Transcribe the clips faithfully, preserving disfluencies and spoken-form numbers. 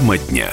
Тема дня.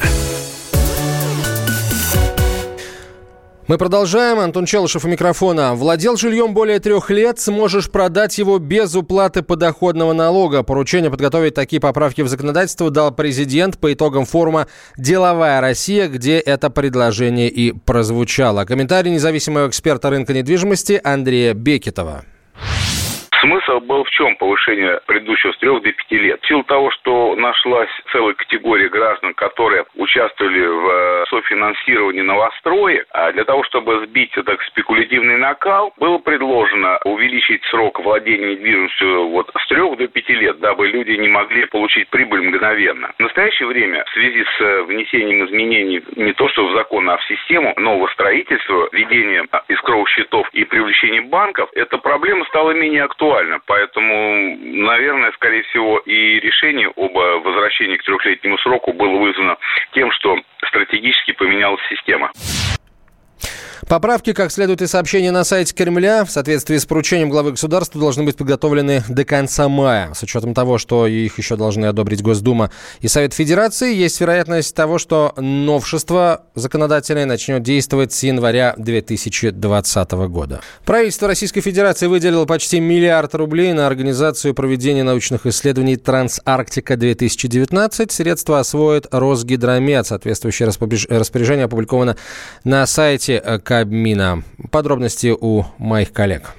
Мы продолжаем. Антон Челышев у микрофона. Владел жильем более трех лет, сможешь продать его без уплаты подоходного налога. Поручение подготовить такие поправки в законодательство дал президент по итогам форума «Деловая Россия», где это предложение и прозвучало. Комментарий независимого эксперта рынка недвижимости Андрея Бекетова. Смысл был в чем повышение предыдущего с трех до пяти лет? В силу того, что нашлась целая категория граждан, которые участвовали в софинансировании новостроек, а для того, чтобы сбить этот спекулятивный накал, было предложено увеличить срок владения недвижимостью вот с трех до пяти лет, дабы люди не могли получить прибыль мгновенно. В настоящее время в связи с внесением изменений не то что в закон, а в систему нового строительства, введением искровых счетов и привлечением банков, эта проблема стала менее актуальной. Поэтому, наверное, скорее всего, и решение об возвращении к трехлетнему сроку было вызвано тем, что стратегически поменялась система. Поправки, как следует из сообщения на сайте Кремля, в соответствии с поручением главы государства, должны быть подготовлены до конца мая. С учетом того, что их еще должны одобрить Госдума и Совет Федерации, есть вероятность того, что новшество законодательное начнет действовать с января две тысячи двадцатого года. Правительство Российской Федерации выделило почти миллиард рублей на организацию проведения научных исследований «Трансарктика-две тысячи девятнадцать». Средства освоит Росгидромет. Соответствующее распоряжение опубликовано на сайте Кабмина. Подробности у моих коллег.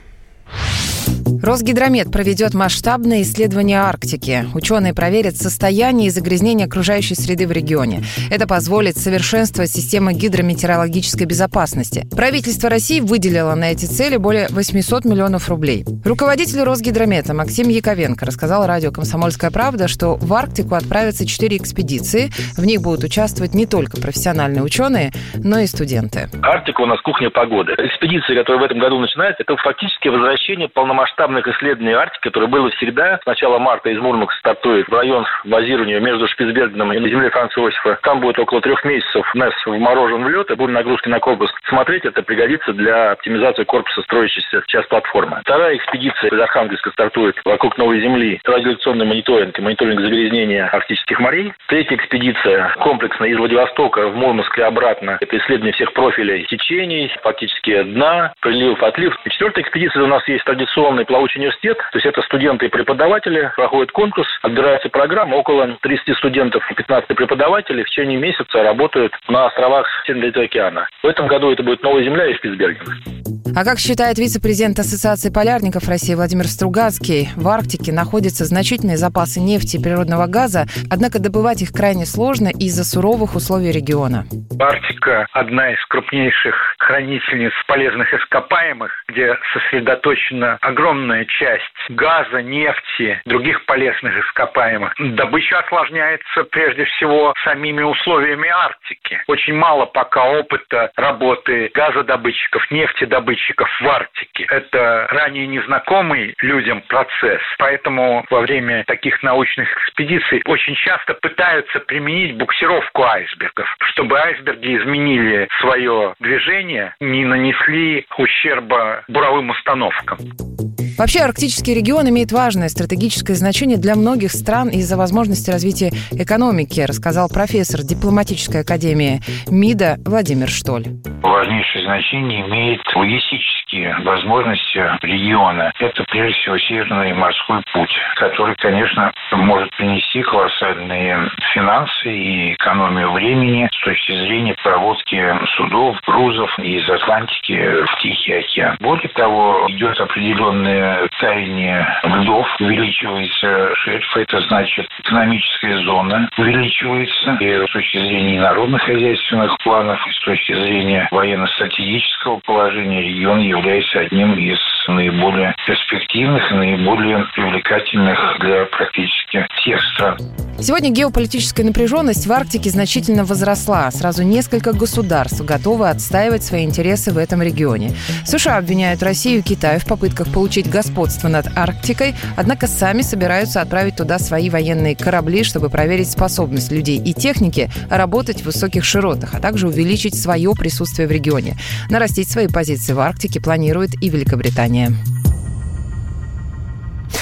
Росгидромет проведет масштабное исследование Арктики. Ученые проверят состояние и загрязнение окружающей среды в регионе. Это позволит совершенствовать систему гидрометеорологической безопасности. Правительство России выделило на эти цели более восемьсот миллионов рублей. Руководитель Росгидромета Максим Яковенко рассказал радио «Комсомольская правда», что в Арктику отправятся четыре экспедиции. В них будут участвовать не только профессиональные ученые, но и студенты. Арктика у нас кухня погоды. Экспедиция, которая в этом году начинается, это фактически возвращение полномасштабного исследований Арктики, которое было всегда. С начала марта из Мурманска стартует в район базирования между Шпицбергеном и землей Франца Иосифа. Там будет около трех месяцев НЭС вморожен в лед, и будем нагрузки на корпус смотреть. Это пригодится для оптимизации корпуса строящейся сейчас платформы. Вторая экспедиция из Архангельска стартует вокруг Новой Земли. Радиоэлектронный мониторинг и мониторинг загрязнения арктических морей. Третья экспедиция комплексная из Владивостока в Мурманск и обратно. Это исследование всех профилей течений, фактически дна, приливов, отливов. И четвертая экспедиция у нас есть традиционный плавучий университет, то есть это студенты и преподаватели, проходит конкурс, отбирается программа, около тридцати студентов и пятнадцати преподавателей в течение месяца работают на островах Северного океана. В этом году это будет Новая Земля и Шпицберген. А как считает вице-президент Ассоциации полярников России Владимир Стругацкий, в Арктике находятся значительные запасы нефти и природного газа, однако добывать их крайне сложно из-за суровых условий региона. Арктика – одна из крупнейших хранительниц полезных ископаемых, где сосредоточена огромная часть газа, нефти, других полезных ископаемых. Добыча осложняется прежде всего самими условиями Арктики. Очень мало пока опыта работы газодобытчиков, нефтедобытчиков в Арктике. Это ранее незнакомый людям процесс, поэтому во время таких научных экспедиций очень часто пытаются применить буксировку айсбергов, чтобы айсберги изменили свое движение, не нанесли ущерба буровым установкам. Вообще, арктический регион имеет важное стратегическое значение для многих стран из-за возможности развития экономики, рассказал профессор дипломатической академии МИДа Владимир Штоль. Важнейшее значение имеет логистические возможности региона. Это, прежде всего, Северный морской путь, который, конечно, может принести колоссальные финансы и экономию времени с точки зрения проводки судов, грузов из Атлантики в Тихий океан. Более того, идет определенное таяние льдов, увеличивается шельф, это значит экономическая зона увеличивается. И с точки зрения народно-хозяйственных планов, и с точки зрения военно-стратегического положения регион является одним из наиболее перспективных и наиболее привлекательных для практически всех стран. Сегодня геополитическая напряженность в Арктике значительно возросла. Сразу несколько государств готовы отстаивать свои интересы в этом регионе. США обвиняют Россию и Китай в попытках получить господство над Арктикой, однако сами собираются отправить туда свои военные корабли, чтобы проверить способность людей и техники работать в высоких широтах, а также увеличить свое присутствие в регионе. Нарастить свои позиции в Арктике планирует и Великобритания.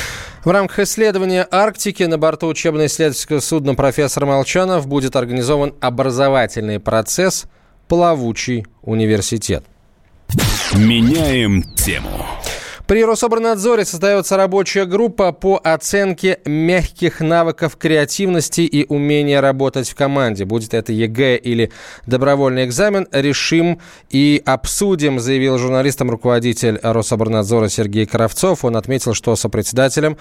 В рамках исследования Арктики на борту учебно-исследовательского судна «Профессор Молчанов» будет организован образовательный процесс «Плавучий университет». Меняем тему. При Рособорнадзоре создается рабочая группа по оценке мягких навыков креативности и умения работать в команде. Будет это ЕГЭ или добровольный экзамен, решим и обсудим, заявил журналистам руководитель Рособорнадзора Сергей Кравцов. Он отметил, что сопредседателем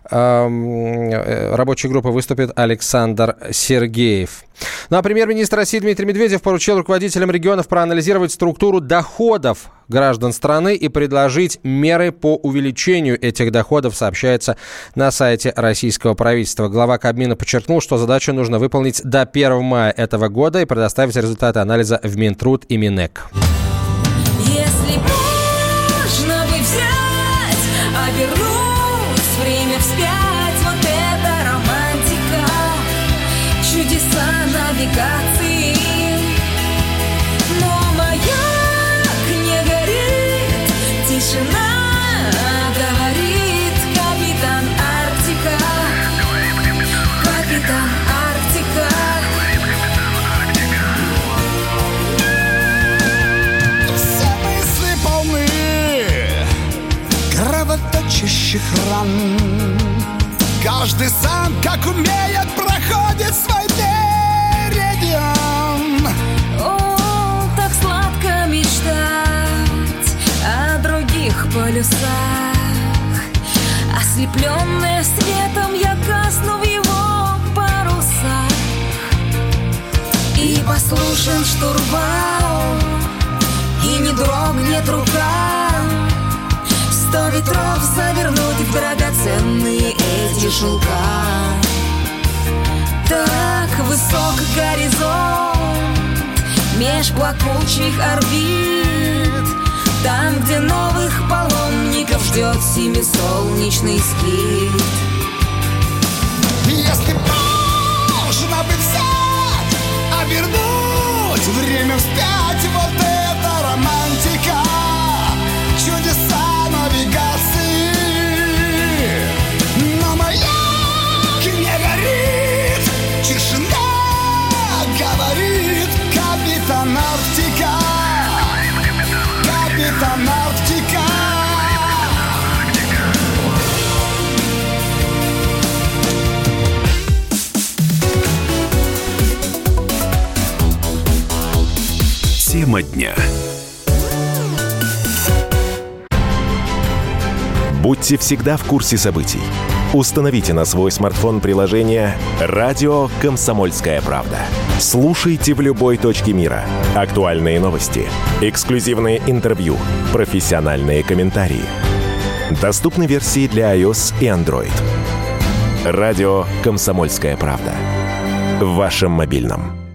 э, рабочей группы выступит Александр Сергеев. Ну а премьер-министр России Дмитрий Медведев поручил руководителям регионов проанализировать структуру доходов граждан страны и предложить меры по увеличению этих доходов, сообщается на сайте российского правительства. Глава Кабмина подчеркнул, что задачу нужно выполнить до первого мая этого года и предоставить результаты анализа в Минтруд и Минэк. Если можно бы взять, обернуть время вспять, вот это романтика, чудеса навигации. Но маяк не горит, тишина говорит, капитан Арктика, капитан Арктика. Все мысли полны кровоточащих ран. Каждый сам, как умеет, проходит свой меридиан. О, так сладко мечтать о других полюсах. Ослепленная светом, я гасну в его парусах. И послушен штурвал, и не дрогнет рука. Сто ветров завернуть в драгоценные эти шелка. Так высок горизонт меж плакучих орбит, там, где новых паломников ждет семисолнечный скит. Если можно бы взять, обернуть время вспять, вот это романтика, чудеса навигации. Но маяк не горит, тишина говорит, капитан Арктика, капитан Арктика. Тема дня. Будьте всегда в курсе событий. Установите на свой смартфон приложение «Радио Комсомольская правда». Слушайте в любой точке мира. Актуальные новости, эксклюзивные интервью, профессиональные комментарии. Доступны версии для iOS и Android. «Радио Комсомольская правда». В вашем мобильном.